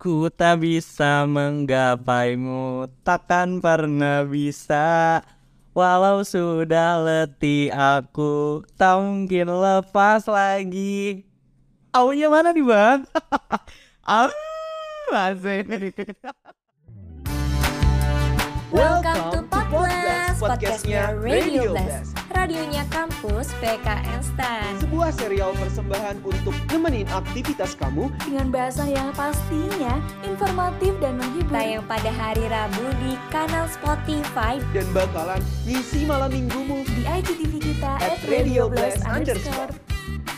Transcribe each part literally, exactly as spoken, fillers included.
Ku tak bisa menggapaimu, takkan pernah bisa. Walau sudah letih aku, tak mungkin lepas lagi. Aunya mana nih bang? Ah, masih. Welcome to Podcast, podcastnya Radio Blast, radionya kampus P K N Stan. Sebuah serial persembahan untuk nemenin aktivitas kamu Dengan bahasa yang pastinya informatif dan menghibur. Tayang pada hari Rabu di kanal Spotify dan bakalan ngisi malam minggumu di I G T V kita At at Radio radioblast Blast underscore. underscore.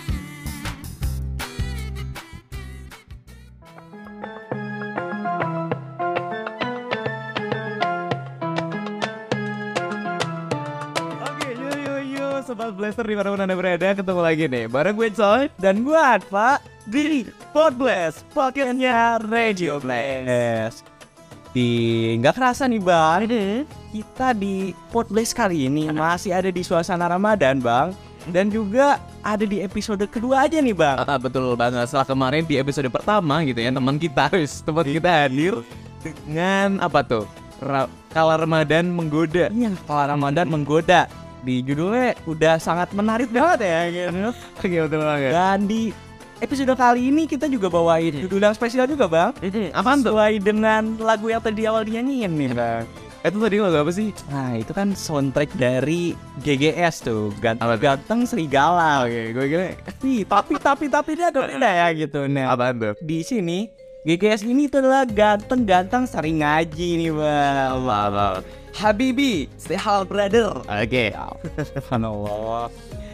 Oke, yo yo yo, sobat Blaster di mana anda berada, ketemu lagi nih bareng gue Coy dan gue Adva di Podblast, podcastnya Radio Blast. Di nggak kerasa nih bang, kita di Podblast kali ini masih ada di suasana Ramadan bang, dan juga ada di episode kedua aja nih bang. Ah, betul banget. Setelah kemarin di episode pertama gitu ya, teman kita, teman kita hadir dengan apa tuh? Ra- Kala Ramadan menggoda. Iya, kalau Ramadan menggoda. Di judulnya udah sangat menarik banget ya gitu. Oke, betul banget. Dan di episode kali ini kita juga bawain judul yang spesial juga bang. Apaan tuh? Sesuai dengan lagu yang tadi awal dinyanyiin nih bang. Itu tadi lagu apa sih? Nah itu kan soundtrack dari G G S tuh, Ganteng, Ganteng Serigala. Oke, gue kira, "Ih, tapi tapi tapi dia ada beda ya gitu." Nah, Apaan tuh? di sini G G S ini tuh adalah ganteng-ganteng sering ngaji nih bang. Allah, Allah. Habibi, stay hal brother. Oke. Subhanallah.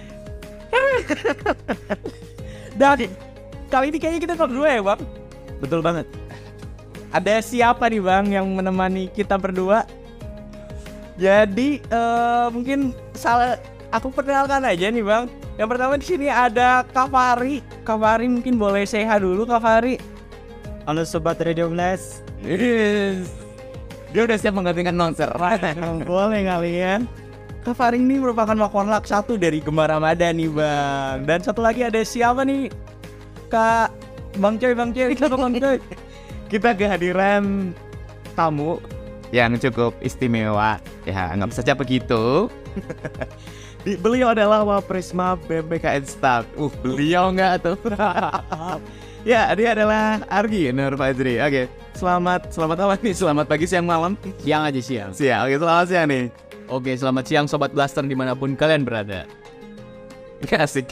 Dan kali ini kayaknya kita berdua ya bang. Betul banget. Ada siapa nih bang yang menemani kita berdua? Jadi eh, mungkin salah aku perkenalkan aja nih bang. Yang pertama di sini ada Kak Fahri. Kak Fahri mungkin boleh sehat dulu Kak Fahri. Halo Sobat Radio Blast. Yes. Dia udah siap menggantikan nonser. Boleh kalian. Kak Fahri ini merupakan wakonlak satu dari Gemar Ramadan nih bang. Dan satu lagi ada siapa nih? Kak Bang Coy, Bang Coy, siapa Bang Coy? Kita kehadiran tamu yang cukup istimewa. Ya, nggak bisa saja begitu. Di- Beliau adalah Waprisma B M K N Staff. Uh, beliau nggak tuh? Ya, dia adalah Argi Nur Fajri. Oke, selamat selamat apa nih? Selamat pagi, siang, malam. Siang aja siang. Siang. Oke, selamat siang nih. Oke, selamat siang Sobat Blaster dimanapun kalian berada. Asik.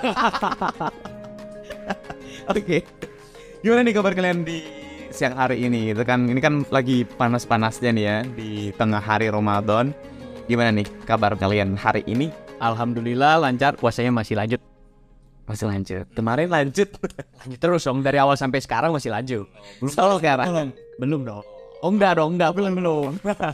Oke. Gimana nih kabar kalian di siang hari ini? Itu kan ini kan lagi panas-panasnya nih ya di tengah hari Ramadan. Gimana nih kabar kalian hari ini? Alhamdulillah lancar, puasanya masih lanjut. Masih lanjut. Kemarin lanjut. Lanjut terus dong, dari awal sampai sekarang masih lanjut. Belum selalu sekarang. Belum dong. Oh enggak dong, enggak, belum belum.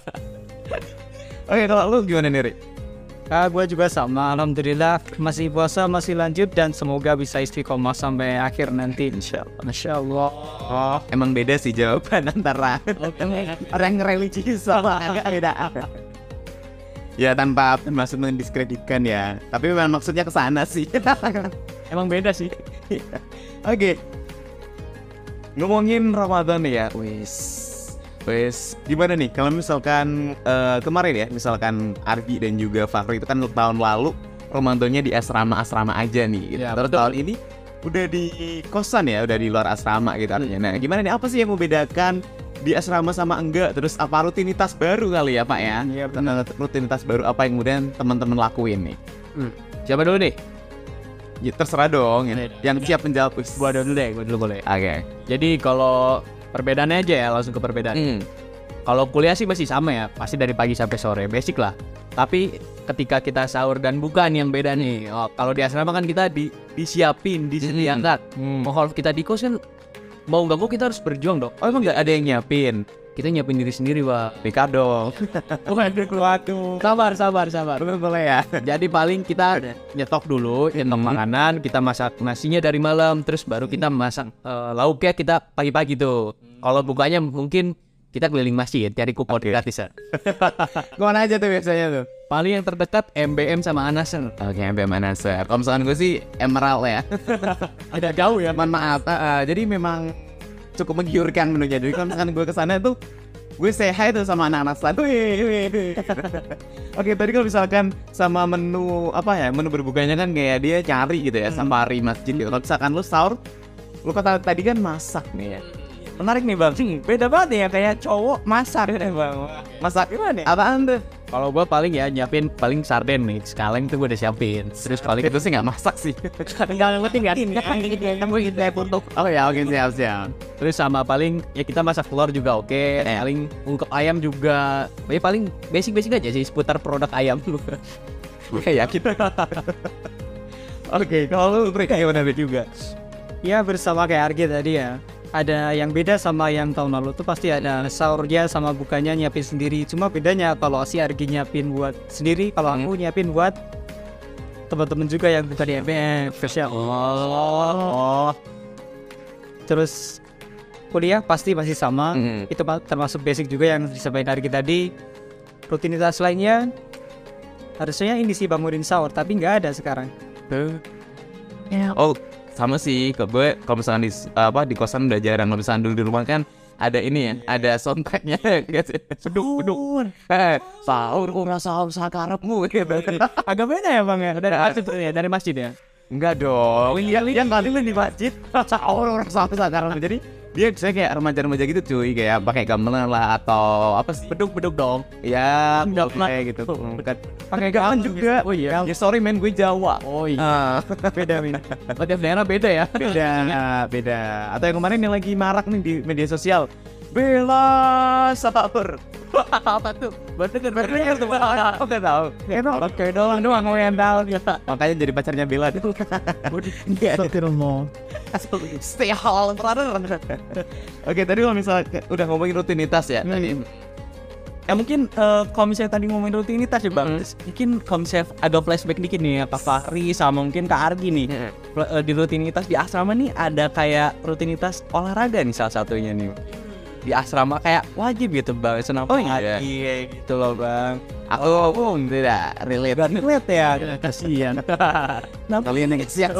Oke, kalau lu gimana nih, Ri? Ah, gue juga sama, alhamdulillah masih puasa, masih lanjut dan semoga bisa istiqomah sampai akhir nanti insyaallah. Masya Allah. Oh, emang beda sih jawaban antara orang religius sama agak beda. Ya tanpa maksud mendiskreditkan ya, tapi memang maksudnya ke sana sih. Emang beda sih. Oke. Ngomongin Ramadan nih ya, wis. Wis, gimana nih kalau misalkan eh, kemarin ya, misalkan Argi dan juga Fahri itu kan tahun lalu Ramadannya di asrama-asrama aja nih gitu. Ya, Terus betul. tahun ini udah di kosan ya, udah di luar asrama gitu artinya. Nah, gimana nih, apa sih yang membedakan di asrama sama enggak? Terus apa rutinitas baru kali ya Pak ya? Iya, benar. Rutinitas baru apa yang kemudian teman-teman lakuin nih? Hmm. Siapa dulu nih? Ya terserah dong, yang, yang siap menjawab. Gua dulu deh, gua dulu boleh. Oke. Jadi kalau perbedaannya aja ya, langsung ke perbedaan. Hmm. Kalau kuliah sih masih sama ya, pasti dari pagi sampai sore, basic lah. Tapi ketika kita sahur dan buka nih yang beda nih. Oh, kalau di asrama kan kita di, disiapin, disediakan. Hmm. Oh, kalau kita di kos kan mau nggak mau kita harus berjuang dong. Oh emang nggak ada yang nyiapin? Kita nyiapin diri sendiri, Pak. Pika dong. Waduh, waduh. Sabar, sabar, sabar. Boleh ya? Jadi paling kita nyetok dulu, nyetok makanan, kita masak nasinya dari malam, terus baru kita masak eh, lauknya kita pagi-pagi tuh. Kalau bukanya mungkin kita keliling masjid, cari kupon Oke. gratis ya. Kemana aja tuh biasanya tuh? Paling yang terdekat M B M sama Anaser. Oke, M B M Anaser. Kalau misalkan gue sih Emerald ya. Ada jauh ya. Mohon maaf. uh, uh, jadi memang cukup menggiurkan menunya. Jadi kalau misalkan gue kesana tuh gue say hi tuh sama anak-anak stan. Wih, wih, wih. Oke, tadi kalau misalkan sama menu apa ya, menu berbukanya kan kayak dia cari gitu ya, safari masjid gitu. Kalau misalkan lu sahur, lu kata tadi kan masak nih ya. Menarik nih bang, beda banget nih ya kayak cowok masak ya bang. Masak gimana? Apaan tuh? Kalau gua paling ya nyiapin paling sarden nih, sekaleng tuh gua udah siapin. Terus paling Itu sih nggak masak sih. tinggal ngeting kan. Kamu gitu ya untuk. Oh ya, oke siap siap. Terus sama paling ya kita masak telur juga oke. Paling ungkep ayam juga. Ya paling basic-basic aja sih seputar produk ayam lu. Kayak yakin. Oke, kalau lu mereka gimana juga? Ya bersama kayak Argi tadi ya. Ada yang beda sama yang tahun lalu tuh pasti ada sahurnya sama bukanya nyiapin sendiri. Cuma bedanya kalau si Argi nyiapin buat sendiri, kalau aku nyiapin buat teman-teman juga yang bukan di M B M. Oh. Terus kuliah pasti masih sama. Mm. Itu pa- termasuk basic juga yang disampaikan Argi tadi. Rutinitas lainnya harusnya ini sih bangunin sahur, tapi nggak ada sekarang. Ya, oh sama sih. Kalau gue kalau misalkan di apa di kosan udah jarang. Kalau misalkan dulu di rumah kan ada ini ya, ada soundtracknya gitu. Beduk beduk. Eh, sahur kok nggak sahur sakarepmu gitu. Agak beda ya bang ya dari masjid ya, dari masjid ya. Enggak dong. Iya, yang kali lu di masjid sahur orang sahur sakarep. Jadi dia saya kayak remaja-remaja gitu cuy, kayak pakai gamelan lah atau apa sih? Beduk-beduk dong. Ya, kayak gitu. Pakai gamelan juga. Oh iya. Ya sorry men, gue Jawa. Oh iya. Ah, Beda min. Tiap daerah beda ya. beda, beda. Atau yang kemarin yang lagi marak nih di media sosial, bela sahur. Apa tuh? Baru denger. Baru denger tuh. Oh, nggak tahu. Itu oke doang doang ngoyental. Makanya jadi pacarnya Bella tuh. Astagfirullah. Stay home brother. Oke, tadi kalau misalnya udah ngomongin rutinitas ya. Tadi Ya mungkin eh, kalau misalnya tadi ngomongin rutinitas ya bang, mungkin kalau misalnya ada flashback dikit nih ya Kak Fahri sama mungkin Kak Argi nih. Pl- eh, di rutinitas di asrama nih ada kayak rutinitas olahraga nih salah satunya nih. Di asrama kayak wajib gitu bang, senam pagi iya. gitu loh bang. Aku aku tidak relate. Relate ya, kasihan. Kalian yang siap.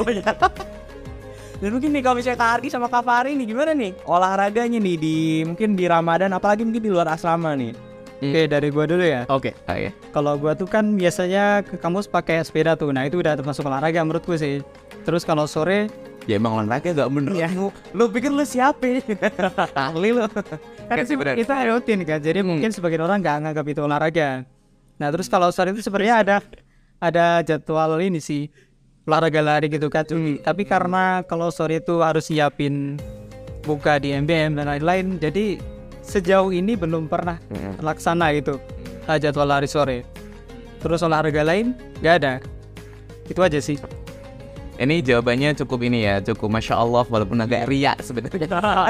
Dan mungkin nih kalau misalnya Kak Argi sama Kak Fahri nih gimana nih olahraganya nih di mungkin di Ramadan apalagi mungkin di luar asrama nih. Oke, dari gua dulu ya. Oke. Oke. Kalau gua tuh kan biasanya ke kampus pakai sepeda tuh. Nah, itu udah termasuk olahraga menurutku sih. Terus kalau sore Ya emang olahraga gak bener ya. Lu pikir lu siapa? Ahli lu. kan sih kita rutin kan. Jadi mungkin sebagian orang nggak nganggap itu olahraga. Nah, terus kalau sore itu sebenarnya ada ada jadwal ini sih. Olahraga lari gitu kan. Tapi karena kalau sore itu harus siapin buka di M B M dan lain-lain, jadi sejauh ini belum pernah terlaksana gitu uh, jadwal lari sore. Terus olahraga lain nggak ada. Itu aja sih. Ini jawabannya cukup ini ya, cukup masya Allah walaupun agak riak sebenarnya.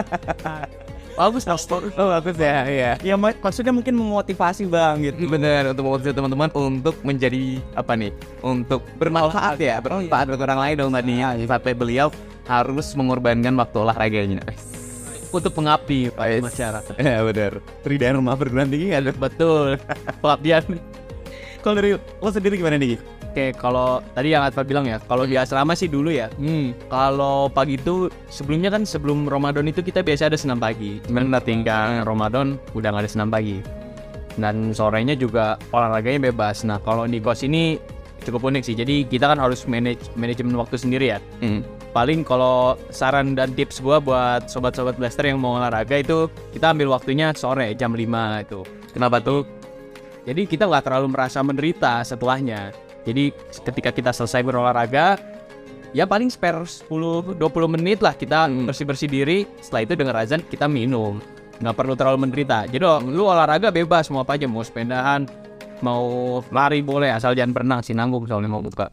Bagus dong. Oh bagus ya, iya. Ya mak- maksudnya mungkin memotivasi bang gitu. Bener, untuk memotivasi teman-teman untuk menjadi apa nih? Untuk bermanfaat ya, bermanfaat bagi orang lain dong tadinya. Sampai beliau harus mengorbankan waktu olahraganya. Untuk pengabdi Pak Yes. masyarakat. Ya benar. Tridharma perguruan tinggi ada. Betul. Pengabdian. Kalau dari lo sendiri gimana nih? Oke, kalau tadi yang Atfa bilang ya, kalau di asrama sih dulu ya. Hmm, kalau pagi itu sebelumnya kan sebelum Ramadan itu kita biasa ada senam pagi. Cuman udah tinggal Ramadan udah nggak ada senam pagi. Dan sorenya juga olahraganya bebas. Nah, kalau di kos ini cukup unik sih. Jadi kita kan harus manage manajemen waktu sendiri ya. Hmm. Paling kalau saran dan tips gua buat sobat-sobat blaster yang mau olahraga itu kita ambil waktunya sore jam lima itu. Kenapa tuh? Jadi kita nggak terlalu merasa menderita setelahnya. Jadi ketika kita selesai berolahraga, ya paling spare sepuluh dua puluh menit lah kita bersih-bersih diri. Setelah itu denger azan kita minum. Nggak perlu terlalu menderita. Jadi oh, lu olahraga bebas mau apa aja, mau sepedahan, mau lari boleh asal jangan berenang sih, nanggung soalnya mau buka.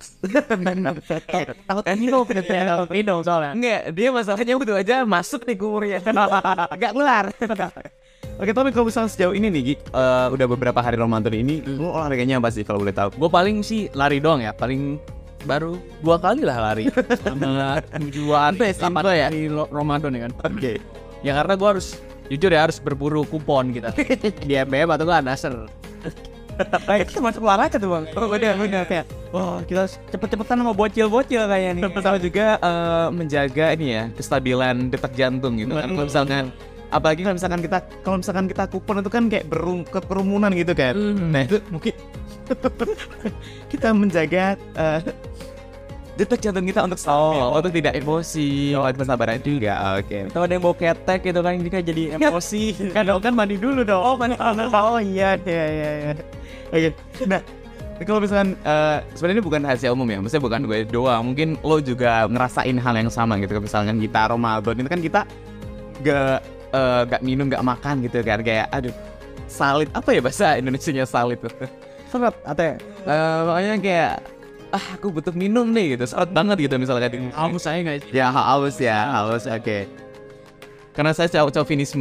Takut ini lo bener-bener minum soalnya. Enggak, dia masalahnya butuh aja masuk nih kumurnya. Enggak keluar. Oke, tapi kalau misalnya sejauh ini nih, Gi, eh, udah beberapa hari Ramadan ini, lu olahraganya apa sih kalau boleh tahu? Gue paling sih lari doang ya, paling baru dua kali lah lari. Sama tujuan delapan ya? di lo- Ramadan ya kan. Oke. Ya karena gue harus jujur ya harus berburu kupon kita di M B M atau nggak Nasr. Kayak itu masuk olahraga tuh bang. Oh, udah udah kayak wah kita cepet-cepetan sama bocil-bocil kayaknya nih. Pertama juga eh, menjaga ini ya kestabilan detak jantung gitu kan. Kalau misalkan apalagi kalau misalkan kita kalau misalkan kita kupon itu kan kayak berum, kerumunan gitu kan. Nah itu mungkin kita menjaga eh, detak jantung kita untuk stabil, untuk tidak emosi, untuk kesabaran juga. Oke. Atau ada yang bawa ketek gitu kan ini kan jadi emosi. Kan kan mandi dulu dong. Oh mandi. Oh iya iya iya. iya. Oke. Nah, kalau misalkan uh, sebenarnya ini bukan rahasia umum ya, maksudnya bukan gue doang. Mungkin lo juga ngerasain hal yang sama gitu. Misalkan kita Ramadan itu kan kita gak uh, gak minum, gak makan gitu kan, kayak aduh salit apa ya bahasa Indonesianya salit tuh. Seret atau Uh, makanya kayak ah aku butuh minum nih gitu, salit banget gitu misalkan. Haus saya guys. Ya haus ya, haus oke. Karena saya cowok chauvinisme.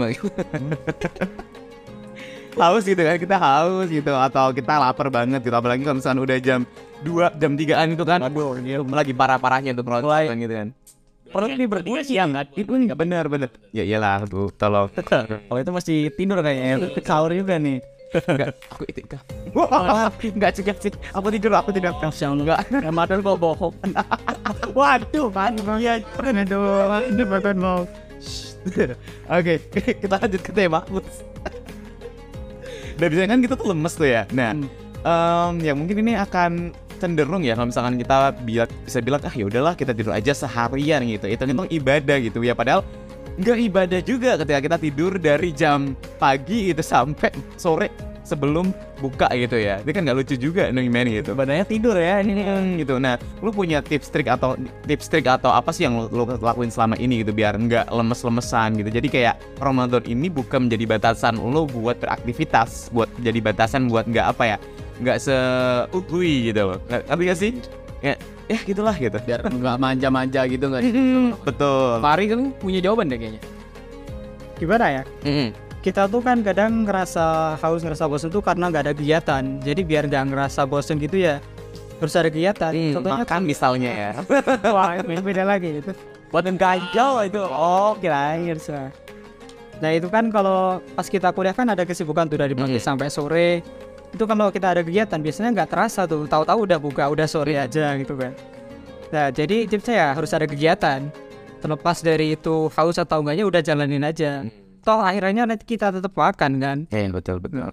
Haus gitu kan, kita haus gitu atau kita lapar banget gitu, apalagi kalau misalkan udah jam dua, jam tigaan itu kan aduh ini lagi parah-parahnya untuk nonton gitu kan. orang ini berdua siang kan? Itu nggak benar benar. Ya iyalah tuh, tolong. Oh itu masih tidur kayaknya. Sahur juga nih. Enggak, aku itikaf. Wah, enggak cegah sih. Aku tidur, aku tidak Siang enggak. Ramadan kok bohong. Waduh, kan ya aduh, ini bahkan mau. Oke, kita lanjut ke tema. Dan biasanya kan kita tuh lemes tuh ya. Nah, um, ya mungkin ini akan cenderung ya kalau misalkan kita bilang, bisa bilang ah ya udahlah kita tidur aja seharian gitu. Itu itu ibadah gitu ya, padahal nggak ibadah juga ketika kita tidur dari jam pagi itu sampai sore sebelum buka gitu ya. Itu kan nggak lucu juga nih men gitu. Badannya tidur ya ini nih. Hmm, gitu. Nah, lu punya tips trik atau tips trik atau apa sih yang lu, lu lakuin selama ini gitu biar nggak lemes-lemesan gitu. Jadi kayak Ramadan ini bukan menjadi batasan lu buat beraktivitas, buat jadi batasan buat nggak apa ya, nggak se-uhui gitu loh. Ngerti gak sih? Ya, ya gitulah gitu. Biar nggak manja-manja gitu nggak? Betul. Fahri kan punya jawaban deh kayaknya. Gimana ya? Mm-mm. Kita tuh kan kadang ngerasa haus, ngerasa bosan tuh karena nggak ada kegiatan. Jadi biar nggak ngerasa bosan gitu ya harus ada kegiatan. Hmm, Contohnya makan misalnya ya. wah itu beda lagi itu. Badan ganjal itu. Oh kirain sih. Nah itu kan kalau pas kita kuliah kan ada kesibukan tuh dari pagi Hmm. sampai sore. Itu kalau kita ada kegiatan biasanya nggak terasa tuh. Tahu-tahu udah buka, udah sore aja gitu kan. Nah jadi tipsnya ya harus ada kegiatan. Terlepas dari itu haus atau enggaknya udah jalanin aja. Toh akhirnya nanti kita tetap makan kan. Eh betul betul.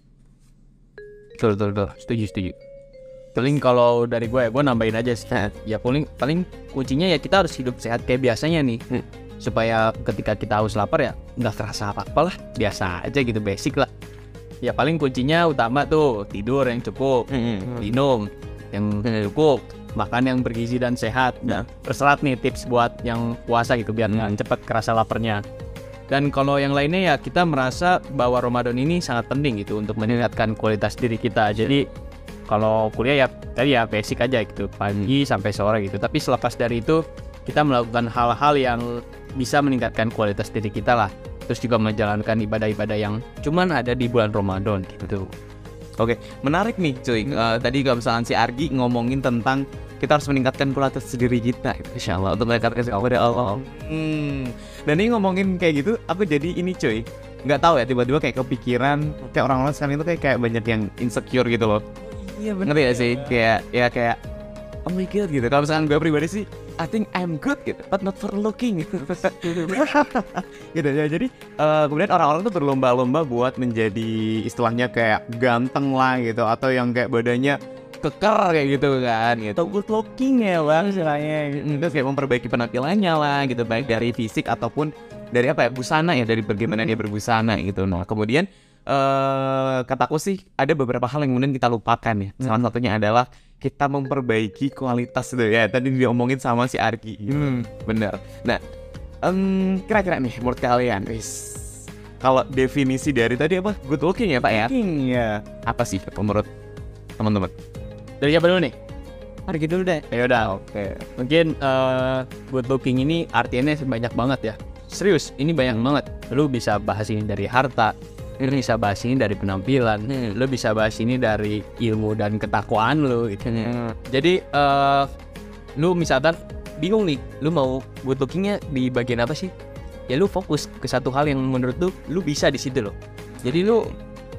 Betul betul betul. Setuju setuju. Paling kalau dari gue ya gue nambahin aja sih. Ya paling paling kuncinya ya kita harus hidup sehat kayak biasanya nih. Hmm. Supaya ketika kita haus lapar ya nggak kerasa apa-apa lah. Biasa aja gitu, basic lah. Ya paling kuncinya utama tuh tidur yang cukup, Mm-mm. minum yang cukup, makan yang bergizi dan sehat. Nah, terserah nih tips buat yang puasa gitu biar nggak cepet kerasa laparnya. Dan kalau yang lainnya ya kita merasa bahwa Ramadan ini sangat penting gitu untuk meningkatkan kualitas diri kita. Jadi kalau kuliah ya tadi ya basic aja gitu, pagi sampai sore gitu. Tapi selepas dari itu kita melakukan hal-hal yang bisa meningkatkan kualitas diri kita lah. Terus juga menjalankan ibadah-ibadah yang cuman ada di bulan Ramadan gitu. Oke, menarik nih cuy. Uh, tadi kalau misalkan si Argi ngomongin tentang kita harus meningkatkan kualitas diri kita, insya Allah untuk meningkatkan kepada Allah. Hmm. Dan ini ngomongin kayak gitu, aku jadi ini cuy. Nggak tahu ya, tiba-tiba kayak kepikiran kayak orang-orang sekarang itu kayak kayak banyak yang insecure gitu loh. Iya Ngerti ya sih? Kayak ya kayak oh my god gitu. Kalau misalkan gue pribadi sih, I think I'm good gitu, but not for looking gitu. Gitu ya. Jadi uh, kemudian orang-orang tuh berlomba-lomba buat menjadi istilahnya kayak ganteng lah gitu, atau yang kayak badannya kekar kayak gitu kan gitu. Good looking ya bang istilahnya. Mm, Terus kayak memperbaiki penampilannya lah gitu, baik dari fisik ataupun dari apa ya, busana ya, dari bagaimana dia berbusana gitu. Nah kemudian uh, kataku sih ada beberapa hal yang kemudian kita lupakan ya. Salah satunya adalah kita memperbaiki kualitas itu ya. Tadi diomongin sama si Arki. Hmm, bener. Nah, um, kira-kira nih menurut kalian, wis, kalau definisi dari tadi apa? Good looking ya Pak ya? Iya. Apa sih menurut teman-teman? Dari siapa dulu nih? Harga dulu deh. Ya udah, oke. Mungkin uh, good looking ini artinya banyak banget ya. Serius, ini banyak banget. Lu bisa bahas ini dari harta, lu bisa bahas ini dari penampilan, Hmm. lu bisa bahas ini dari ilmu dan ketakwaan lu gitu. Hmm. Jadi uh, lu misalkan bingung nih, lu mau good lookingnya di bagian apa sih? Ya lu fokus ke satu hal yang menurut lu lu bisa di situ loh. Jadi lu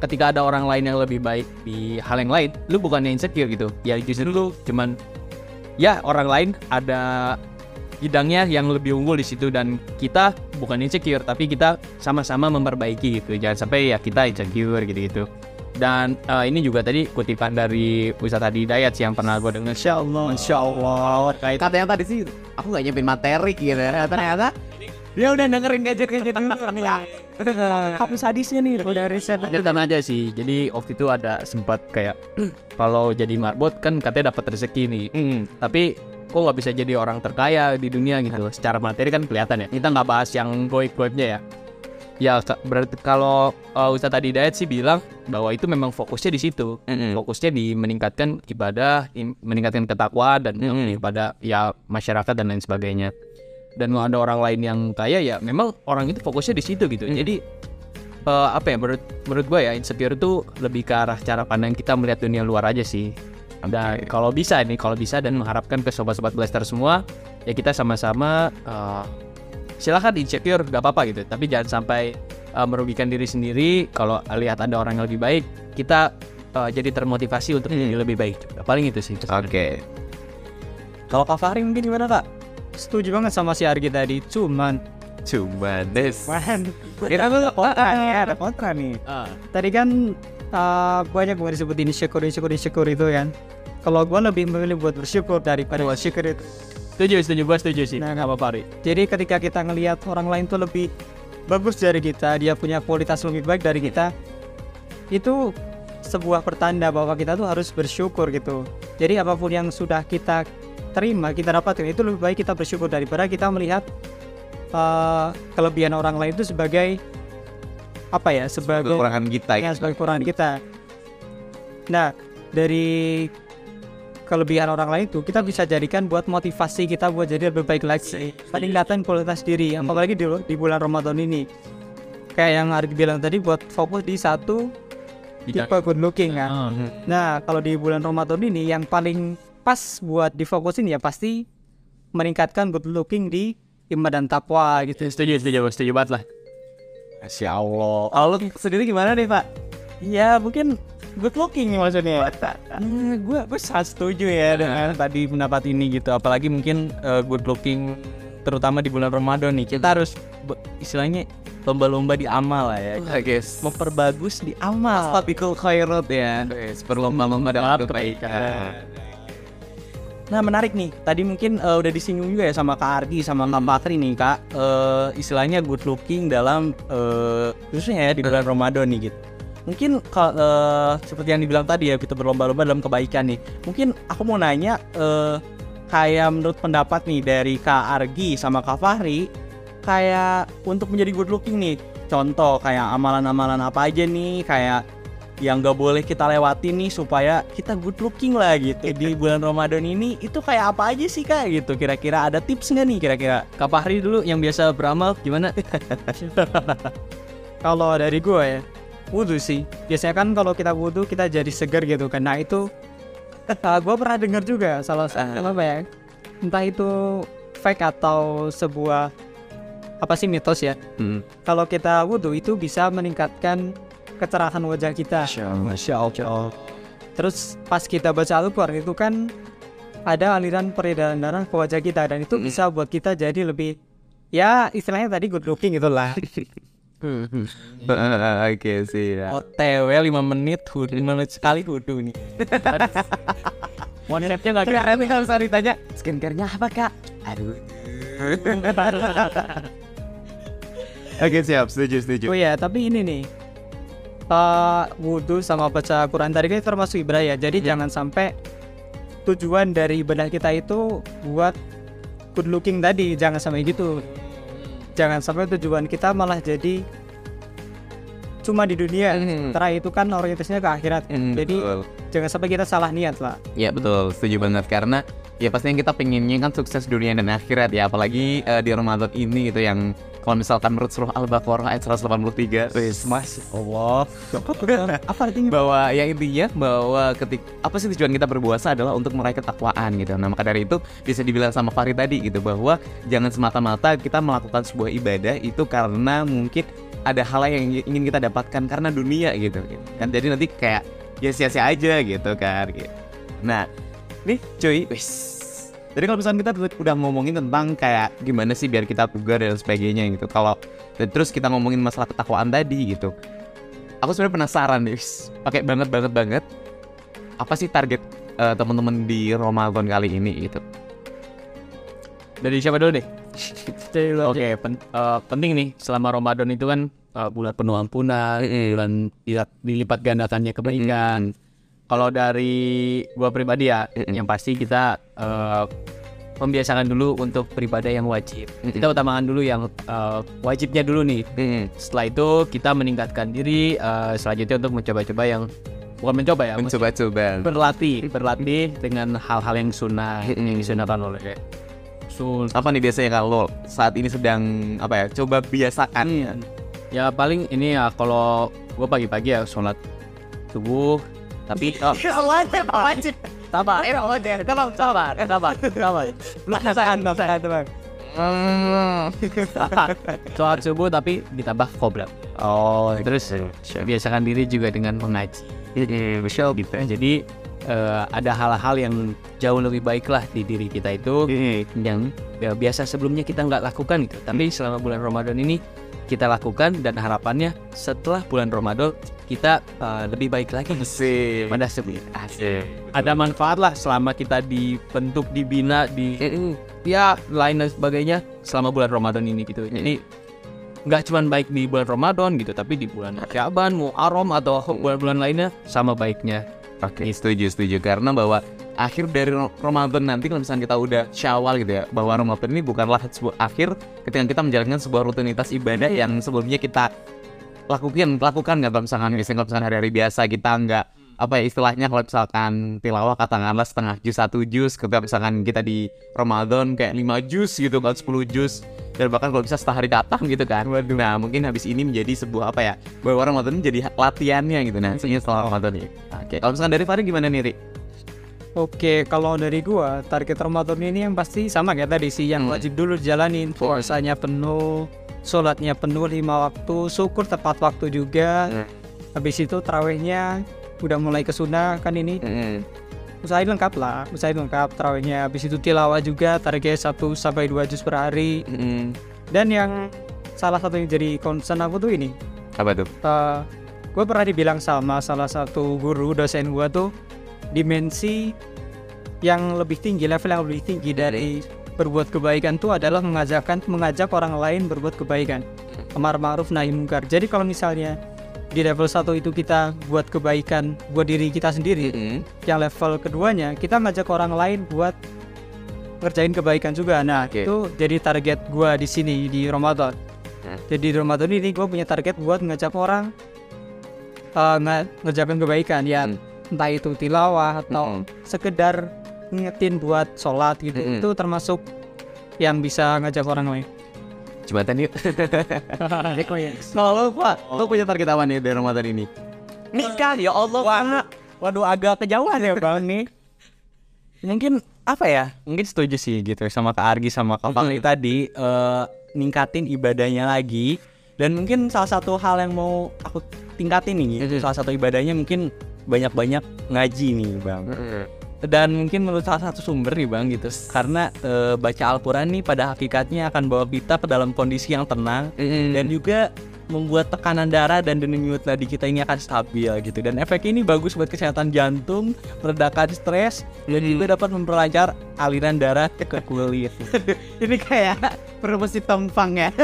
ketika ada orang lain yang lebih baik di hal yang lain, lu bukannya insecure gitu. Ya justru lu cuman ya orang lain ada bidangnya yang lebih unggul di situ dan kita bukan insecure tapi kita sama-sama memperbaiki gitu. Jangan sampai ya kita insecure gitu-gitu. Dan uh, ini juga tadi kutipan dari Ustadz Hadi Hidayat sih yang pernah gue dengar. Insya Allah. Insya Allah. Katanya tadi sih aku nggak nyiapin materi gitu. Ternyata dia udah dengerin gadget-gadget dulu. Hapus hadisnya nih udah riset. Cerita aja sih. Jadi waktu itu ada sempat kayak kalau jadi marbot kan katanya dapat rezeki nih. Hmm. Tapi kok nggak bisa jadi orang terkaya di dunia gitu. Secara materi kan kelihatan ya. Kita nggak bahas yang goib-goibnya ya. Ya berarti kalau uh, Ustadz Hadi Hidayat sih bilang bahwa itu memang fokusnya di situ. Mm-hmm. Fokusnya di meningkatkan ibadah, im- meningkatkan ketakwaan dan Mm-hmm. pada ya masyarakat dan lain sebagainya. Dan kalau ada orang lain yang kaya ya memang orang itu fokusnya di situ gitu. Mm-hmm. Jadi uh, apa ya menurut menurut gue ya insecure itu lebih ke arah cara pandang kita melihat dunia luar aja sih. Dan kalau bisa nih kalau bisa dan mengharapkan ke sobat-sobat blaster semua ya kita sama-sama uh, silakan insecure gak apa-apa gitu, tapi jangan sampai uh, merugikan diri sendiri. Kalau lihat ada orang yang lebih baik, kita uh, jadi termotivasi untuk jadi lebih baik. Paling itu sih. Oke. Okay. Kalau Kak Fahri mungkin gimana Kak? Setuju banget sama si Argi tadi, cuman Cuma des. Man, Kita tuh kontra nih, ada kontra nih. Ah. tadi kan uh, banyak gue disebutin syukur, syukur, syukur itu kan. Kalau gue lebih memilih buat bersyukur daripada bersyukur itu. Setuju, setuju, gue setuju sih. Nah, Apa Fahri? Jadi ketika kita ngelihat orang lain tuh lebih bagus dari kita, dia punya kualitas lebih baik dari kita, itu sebuah pertanda bahwa kita tuh harus bersyukur gitu. Jadi apapun yang sudah kita terima, kita dapatkan, itu lebih baik kita bersyukur daripada kita melihat uh, kelebihan orang lain itu sebagai apa ya, sebagai Kekurangan kita. ya, sebagai kekurangan kita. Nah, dari kelebihan orang lain itu kita bisa jadikan buat motivasi kita buat jadi lebih baik lagi, peningkatan kualitas diri, apalagi di, di bulan Ramadan ini. Kayak yang Ardi bilang tadi, buat fokus di satu tipe good looking kan. Ah. Nah, kalau di bulan Ramadan ini yang paling pas buat difokusin ya pasti meningkatkan good looking di iman dan takwa gitu. Setuju, setuju, setuju banget lah. Masya Allah. Kalau lu sendiri gimana nih Pak? Ya mungkin good looking maksudnya. Gue gue sangat setuju ya dengan tadi pendapat ini gitu. Apalagi mungkin uh, good looking terutama di bulan Ramadan nih. Kita harus be- istilahnya lomba-lomba di amal lah ya. Guys. Memperbagus di amal. Fabiqul khairat ya. Guys, berlomba-lomba dalam kebaikan. Nah menarik nih, tadi mungkin uh, udah disinggung juga ya sama Kak Ardi sama Kak Bakri nih Kak, uh, istilahnya good looking dalam uh, khususnya ya di bulan Ramadan nih gitu. Mungkin kalau uh, seperti yang dibilang tadi ya, kita berlomba-lomba dalam kebaikan nih. Mungkin aku mau nanya uh, kayak menurut pendapat nih dari Kak Argi sama Kak Fahri, kayak untuk menjadi good looking nih, contoh kayak amalan-amalan apa aja nih kayak yang gak boleh kita lewatin nih supaya kita good looking lah gitu di bulan Ramadan ini. Itu kayak apa aja sih Kak gitu, kira-kira ada tips nggak nih kira-kira? Kak Fahri dulu yang biasa beramal gimana? Kalau dari gue ya, wudhu sih. Biasanya kan kalau kita wudhu kita jadi segar gitu kan. Nah itu uh, gue pernah dengar juga salah satu apa ya, entah itu fake atau sebuah apa sih mitos ya. Hmm. Kalau kita wudhu itu bisa meningkatkan kecerahan wajah kita. Masya Allah. Terus pas kita baca Al-Quran itu kan ada aliran peredaran darah ke wajah kita, dan itu bisa buat kita jadi lebih, ya istilahnya tadi good looking itulah. Oke sih. Ya. O T W lima menit, lima menit sekali wudhu nih. One step-nya nggak kira. Nanti kalau saya ditanya skincare-nya apa Kak? Aduh. Oke siap, setuju setuju. Oh ya, tapi ini nih, uh, wudhu sama baca Quran tadi kan termasuk ibadah ya. Jadi jangan sampai tujuan dari ibadah kita itu buat good looking tadi, jangan sampai gitu. Jangan sampai tujuan kita malah jadi cuma di dunia. Setelah itu kan orientasinya ke akhirat. Hmm, Jadi betul. jangan sampai kita salah niat lah. Ya betul, setuju banget karena ya pastinya kita pengennya kan sukses dunia dan akhirat ya, apalagi uh, di Ramadan ini gitu yang kalau misalkan menurut surah Al-Baqarah ayat seratus delapan puluh tiga, wis Mas Allah. Apa artinya? Bahwa ya intinya bahwa ketik apa sih tujuan kita berpuasa adalah untuk meraih ketakwaan gitu. Nah maka dari itu bisa dibilang sama Fahri tadi gitu bahwa jangan semata-mata kita melakukan sebuah ibadah itu karena mungkin ada hal yang ingin kita dapatkan karena dunia gitu, gitu. Kan jadi nanti kayak ya sia-sia aja gitu kan gitu. Nah nih cuy, wis. Jadi kalau misalnya kita udah ngomongin tentang kayak gimana sih biar kita bugar dan sebagainya gitu. Kalau terus kita ngomongin masalah ketakwaan tadi gitu, aku sebenarnya penasaran nih, wis, pakai banget banget banget. Apa sih target uh, teman-teman di Ramadan kali ini gitu? Dari siapa dulu deh? Oke, pen, uh, penting nih selama Ramadan itu kan uh, bulan penuh ampunan, bulan dilipat, dilipat gandakannya kebaikan. Kalau dari gua pribadi ya, yang pasti kita uh, membiasakan dulu untuk beribadah yang wajib. Kita utamakan dulu yang uh, wajibnya dulu nih. Setelah itu kita meningkatkan diri uh, selanjutnya untuk mencoba-coba yang bukan mencoba ya, Mencoba-coba. berlatih, berlatih dengan hal-hal yang sunnah yang disunahkan oleh Rasul. Apa nih biasanya kalau saat ini sedang apa ya? Coba biasakan. Hmm. Ya paling ini ya kalau gue pagi-pagi ya sholat subuh, tapi oh, Wajib. sabar, eh udah, sabar, sabar, eh sabar, sabar. Belum saya belum saya teman. Sholat subuh tapi ditambah qoblak. Oh, Terus biasakan diri juga dengan mengaji. Gitu. Jadi eh, ada hal-hal yang jauh lebih baik lah di diri kita itu yang ya, biasa sebelumnya kita nggak lakukan gitu. Tapi selama bulan Ramadan ini kita lakukan dan harapannya setelah bulan Ramadan kita uh, lebih baik lagi Asik. pada sebelumnya. Asik. Ada manfaat lah selama kita dibentuk, dibina, di ya lain dan sebagainya selama bulan Ramadan ini gitu. Jadi nggak cuma baik di bulan Ramadan gitu, tapi di bulan Syaban, Muharram atau bulan-bulan lainnya sama baiknya. Oke, setuju setuju karena bahwa akhir dari Ramadan nanti kalau misalnya kita udah Syawal gitu ya, bahwa Ramadan ini bukanlah sebuah akhir ketika kita menjalankan sebuah rutinitas ibadah yang sebelumnya kita lakukan lakukan nggak, kalau misalkan kalau misalkan hari-hari biasa kita nggak apa ya istilahnya, kalau misalkan tilawah katakanlah setengah juz satu juz, ketika misalkan kita di Ramadan kayak lima juz gitu kan, sepuluh juz, dan bahkan kalau bisa setahari datang gitu kan. Waduh. Nah mungkin habis ini menjadi sebuah apa ya, bahwa Ramadan menjadi latihannya gitu nah setelah Ramadan ini. Oke, kalau misalkan dari Farid gimana nih Ri? Oke, kalau dari gua target Ramadan ini yang pasti sama kayak tadi sih, yang Hmm. wajib dulu jalanin, puasanya penuh, sholatnya penuh lima waktu, syukur tepat waktu juga. Hmm. Habis itu tarawihnya udah mulai ke sunnah kan ini, Hmm. usahain lengkap lah, usahain lengkap tarawihnya. Habis itu tilawah juga, target satu sampai dua juz per hari. Hmm. Dan yang salah satu yang jadi concern aku tuh ini, Apa tuh? uh, gue pernah dibilang sama salah satu guru dosen gua tuh, dimensi yang lebih tinggi, level yang lebih tinggi dari berbuat kebaikan tuh adalah mengajarkan mengajak orang lain berbuat kebaikan, amar ma'ruf nahi munkar. Jadi kalau misalnya di level satu itu kita buat kebaikan buat diri kita sendiri, Hmm. yang level keduanya kita ngajak orang lain buat ngerjain kebaikan juga. Nah, Oke. itu jadi target gua di sini di Ramadan. Hmm. Jadi di Ramadan ini gua punya target buat ngajak orang uh, nge- ngerjakan kebaikan ya, Hmm. entah itu tilawah atau Hmm. sekedar ngingetin buat sholat gitu. Hmm. Itu termasuk yang bisa ngajak orang lain. Jembatan yuk. Kalau lo Pak, lo punya target apa nih dari Ramadan ini? Nikah ya Allah. Wah, waduh agak kejauhan ya Bang nih. Mungkin apa ya? Mungkin setuju sih gitu sama Kak Argi sama Kak Fahri tadi, eh, ningkatin ibadahnya lagi. Dan mungkin salah satu hal yang mau aku tingkatin nih, gitu. Salah satu ibadahnya mungkin banyak-banyak ngaji nih Bang. Dan mungkin menurut salah satu sumber nih Bang gitu, karena eh, baca Al-Quran nih pada hakikatnya akan bawa kita ke dalam kondisi yang tenang, dan juga membuat tekanan darah dan denyut nadi kita ini akan stabil gitu. Dan efek ini bagus buat kesehatan jantung, meredakan stres, dan juga dapat memperlancar aliran darah ke kulit. Ini kayak promosi tompang ya.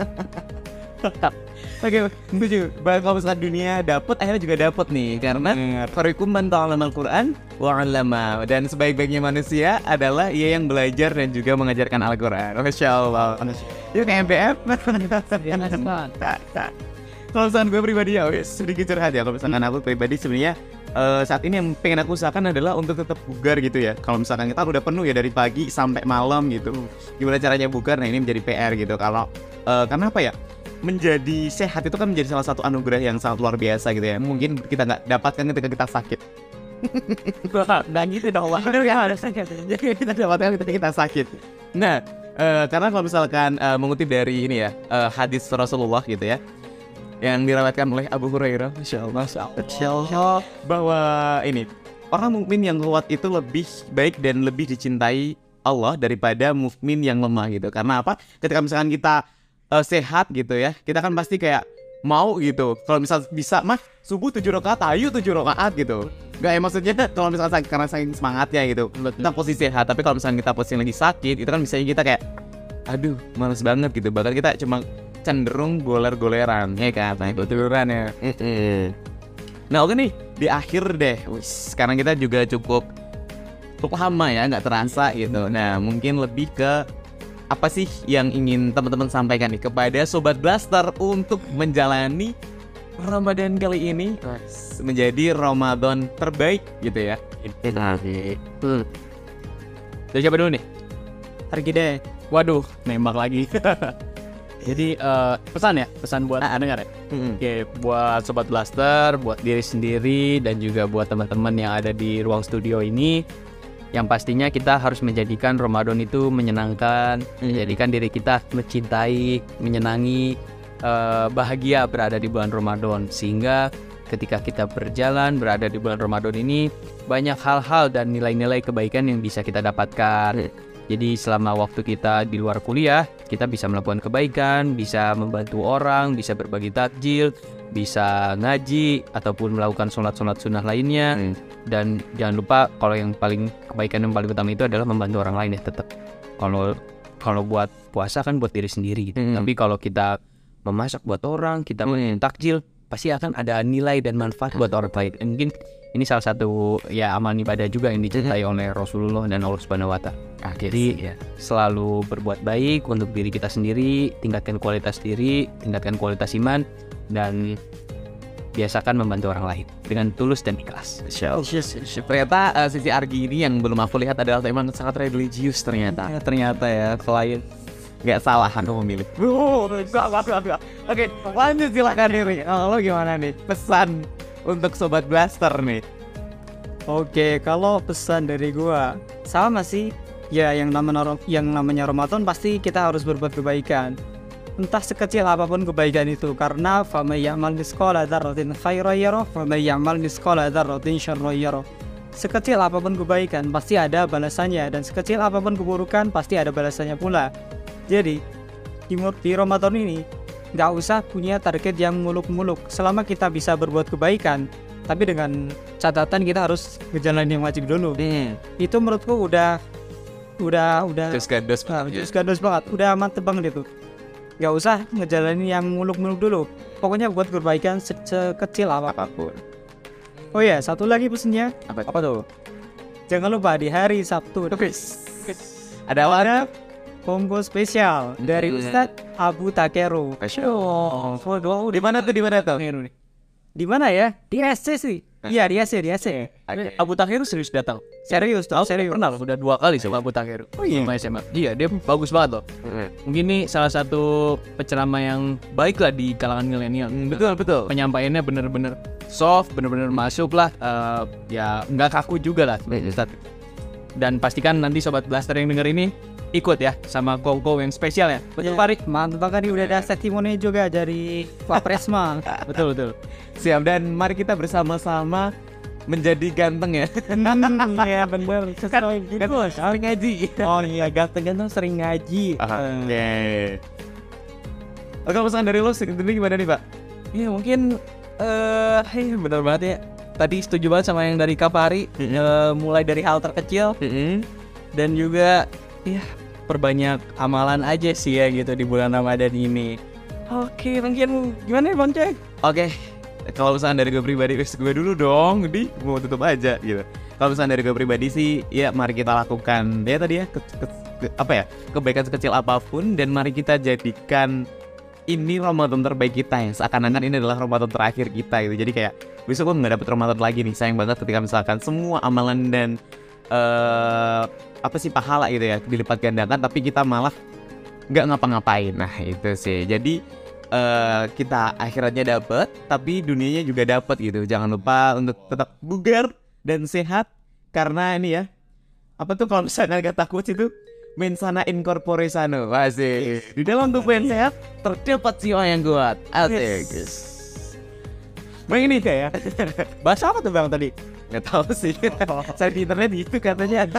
Oke, setuju. Bahkan kalau misalkan dunia dapat, akhirnya juga dapat nih, karena fariqum man ta'allama al-Qur'an wa 'allama, dan sebaik-baiknya manusia adalah ia yang belajar dan juga mengajarkan Al-Qur'an. Masya Allah. Itu kayak M P F. Kalau misalkan gue pribadi ya, wes, sedikit curhat ya. Kalau misalkan aku pribadi sebenarnya eh, saat ini yang pengen aku usahakan adalah untuk tetap bugar gitu ya. Kalau misalkan kita udah penuh ya dari pagi sampai malam gitu, gimana caranya bugar? Nah ini menjadi P R gitu. Kalau eh, karena apa ya? Menjadi sehat itu kan menjadi salah satu anugerah yang sangat luar biasa gitu ya. Mungkin kita nggak dapatkan ketika kita sakit. Nah gitu dong, Wak. Bener ya, ada sakit. Jadi kita dapatkan ketika kita sakit. Nah, eh, karena kalau misalkan eh, mengutip dari ini ya, eh, hadis Rasulullah gitu ya, yang dirawatkan oleh Abu Hurairah, Masya Allah, Masya Allah, bahwa ini orang mukmin yang kuat itu lebih baik dan lebih dicintai Allah daripada mukmin yang lemah gitu. Karena apa? Ketika misalkan kita uh, sehat gitu ya, kita kan pasti kayak mau gitu. Kalau misal bisa mah subuh tujuh rakaat, ayo tujuh rakaat gitu. Gak ya maksudnya kalau misalkan karena saking semangatnya gitu. Kita posisi sehat, tapi kalau misalkan kita posisi lagi sakit, itu kan misalnya kita kayak aduh males banget gitu. Bahkan kita cuma cenderung goler-goleran ya kan, nah, tiduran ya. Nah oke nih, di akhir deh. Wis, sekarang kita juga cukup cukup lama ya, nggak terasa gitu. Nah mungkin lebih ke apa sih yang ingin teman-teman sampaikan nih kepada Sobat Blaster untuk menjalani Ramadan kali ini menjadi Ramadan terbaik gitu ya. Hmm. Dari siapa dulu nih? Pergi deh. Waduh, nembak lagi. Jadi uh, pesan ya, pesan buat ah, dengar ya. Mm-hmm. Oke, buat Sobat Blaster, buat diri sendiri dan juga buat teman-teman yang ada di ruang studio ini. Yang pastinya kita harus menjadikan Ramadan itu menyenangkan, menjadikan diri kita mencintai, menyenangi, uh, bahagia berada di bulan Ramadan. Sehingga ketika kita berjalan berada di bulan Ramadan ini, banyak hal-hal dan nilai-nilai kebaikan yang bisa kita dapatkan. Jadi selama waktu kita di luar kuliah, kita bisa melakukan kebaikan, bisa membantu orang, bisa berbagi takjil, bisa ngaji, ataupun melakukan sholat-sholat sunnah lainnya. Hmm. Dan jangan lupa kalau yang paling kebaikan yang paling utama itu adalah membantu orang lain ya tetap. Kalau kalau buat puasa kan buat diri sendiri gitu. Hmm. Tapi kalau kita memasak buat orang, kita hmm. takjil, pasti akan ada nilai dan manfaat buat orang lain. Dan mungkin ini salah satu ya amal ibadah juga yang dicintai oleh Rasulullah dan Allah Subhanahu wa Ta'ala. Ah, jadi ya, selalu berbuat baik untuk diri kita sendiri, tingkatkan kualitas diri, tingkatkan kualitas iman, dan biasakan membantu orang lain dengan tulus dan ikhlas. Ternyata uh, sisi Argi ini yang belum aku lihat adalah memang sangat religius ternyata. Ya, ternyata ya klien nggak salah aku memilih. Oke, lanjut silakan Riri. Oh, lo gimana nih pesan untuk Sobat Blaster nih? Oke, kalau pesan dari gua sama sih. Ya, yang namanya yang namanya Ramadan pasti kita harus berbuat kebaikan. Entah sekecil apapun kebaikan itu, karena famay ya'mal misqala dzarratin khairan yarah wa may ya'mal misqala dzarratin syarran yarah. Sekecil apapun kebaikan pasti ada balasannya, dan sekecil apapun keburukan pasti ada balasannya pula. Jadi di, di Ramadan ini nggak usah punya target yang muluk-muluk. Selama kita bisa berbuat kebaikan, tapi dengan catatan kita harus ngejalanin yang wajib dulu. Hmm. Itu menurutku udah udah udah Terus gandos banget, terus gandos banget, udah mantep banget itu. Gak usah ngejalanin yang muluk-muluk dulu. Pokoknya buat kebaikan se- sekecil apapun. Oh ya, satu lagi pesennya. Apa, apa tuh? Jangan lupa di hari Sabtu ada apa? ada combo spesial dari Ustadz Abu Takeru. Oh, oh, di mana tuh? Di mana tuh? Di mana ya? Di S C sih. Iya, di S C, di S C. Okay. Abu Takeru serius datang. Serius tuh, serius. Pernah loh, udah dua kali sama Abu Takeru. Oh iya. Sama S M A. Iya, dia bagus banget loh. Mm-hmm. Mungkin ini salah satu penceramah yang baik lah di kalangan milenial. Mm, betul, betul. Penyampaiannya bener-bener soft, bener-bener masuk lah. Uh, ya nggak kaku juga lah, Ustaz. Dan pastikan nanti Sobat Blaster yang denger ini ikut ya sama kongko yang spesial ya. Betul, ya. Parik. Mantap banget nih, udah ada testimoni juga dari Pak Presma. Betul, betul. Siap, dan mari kita bersama-sama menjadi ganteng ya. Iya bener. Kan gitu sering ngaji. Oh iya, ganteng-ganteng sering ngaji. Oke. Oke, pesan dari lo sendiri gimana nih Pak? Ya mungkin eh uh, bener banget ya. Tadi setuju banget sama yang dari Kapari. Mm-hmm. uh, Mulai dari hal terkecil. Mm-hmm. Dan juga ya perbanyak amalan aja sih ya gitu di bulan Ramadan ini. Oke, mungkin gimana ya Bang Cek? Oke, kalau misalnya dari gue pribadi, gue dulu dong, di mau tutup aja gitu. Kalau misalnya dari gue pribadi sih, ya mari kita lakukan ya tadi ya ke, ke, ke, apa ya kebaikan sekecil apapun, dan mari kita jadikan ini Ramadan terbaik kita ya. Seakan-akan ini adalah Ramadan terakhir kita gitu. Jadi kayak besok gue nggak dapet Ramadan lagi nih. Sayang banget ketika misalkan semua amalan dan uh, apa sih pahala gitu ya dilipat gandakan, tapi kita malah nggak ngapa-ngapain. Nah itu sih. Jadi uh, kita akhiratnya dapet, tapi dunianya juga dapet gitu. Jangan lupa untuk tetap bugar dan sehat, karena ini ya apa tuh kalau misalnya nggak takut itu mensana incorpore sano. Asik. Di dalam tubuh yang sehat terdapat jiwa yang kuat. Asik. Bang ini kayak Bahasa apa tuh Bang tadi? nggak tahu sih. Saya di internet gitu katanya.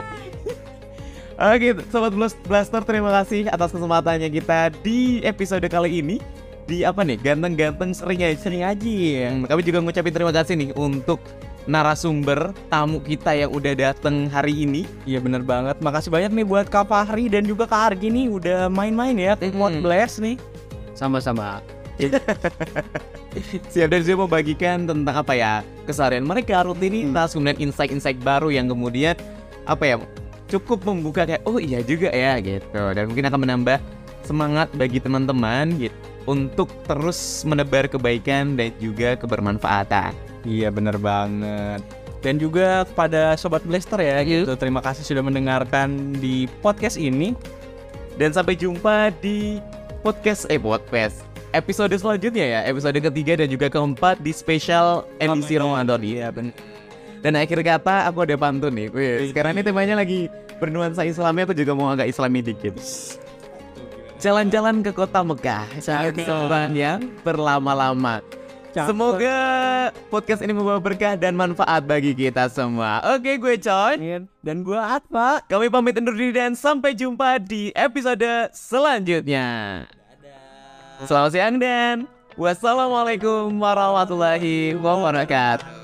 Oke, Sobat Blaster, terima kasih atas kesempatannya kita di episode kali ini. Di apa nih? Ganteng-ganteng sering aja. Sering aja. Hmm, kami juga ngucapin terima kasih nih untuk narasumber tamu kita yang udah dateng hari ini. Iya bener banget. Makasih banyak nih buat Kak Fahri dan juga Kak Argi nih udah main-main ya ke Pod Blast nih. Sama-sama. Siap dan siap membagikan tentang apa ya, keseharian mereka, rutinitas, kemudian insight-insight baru yang kemudian apa ya, cukup membuka kayak oh iya juga ya gitu. Dan mungkin akan menambah semangat bagi teman-teman gitu untuk terus menebar kebaikan dan juga kebermanfaatan. Iya bener banget. Dan juga kepada Sobat Blaster ya gitu. Terima kasih sudah mendengarkan di podcast ini. Dan sampai jumpa di podcast eh podcast episode selanjutnya ya, episode ketiga dan juga keempat di spesial edisi Ramadan. Iya benar. Dan akhir kata aku ada pantun nih. Wih, sekarang ini temanya lagi bernuansa Islamnya, aku juga mau agak Islami dikit. Jalan-jalan ke kota Mekah, jalan yang berlama-lama. Semoga podcast ini membawa berkah dan manfaat bagi kita semua. Oke, gue Coy Dan gua Atma. Kami pamit undur diri dan sampai jumpa di episode selanjutnya. Selamat siang dan wassalamualaikum warahmatullahi wabarakatuh.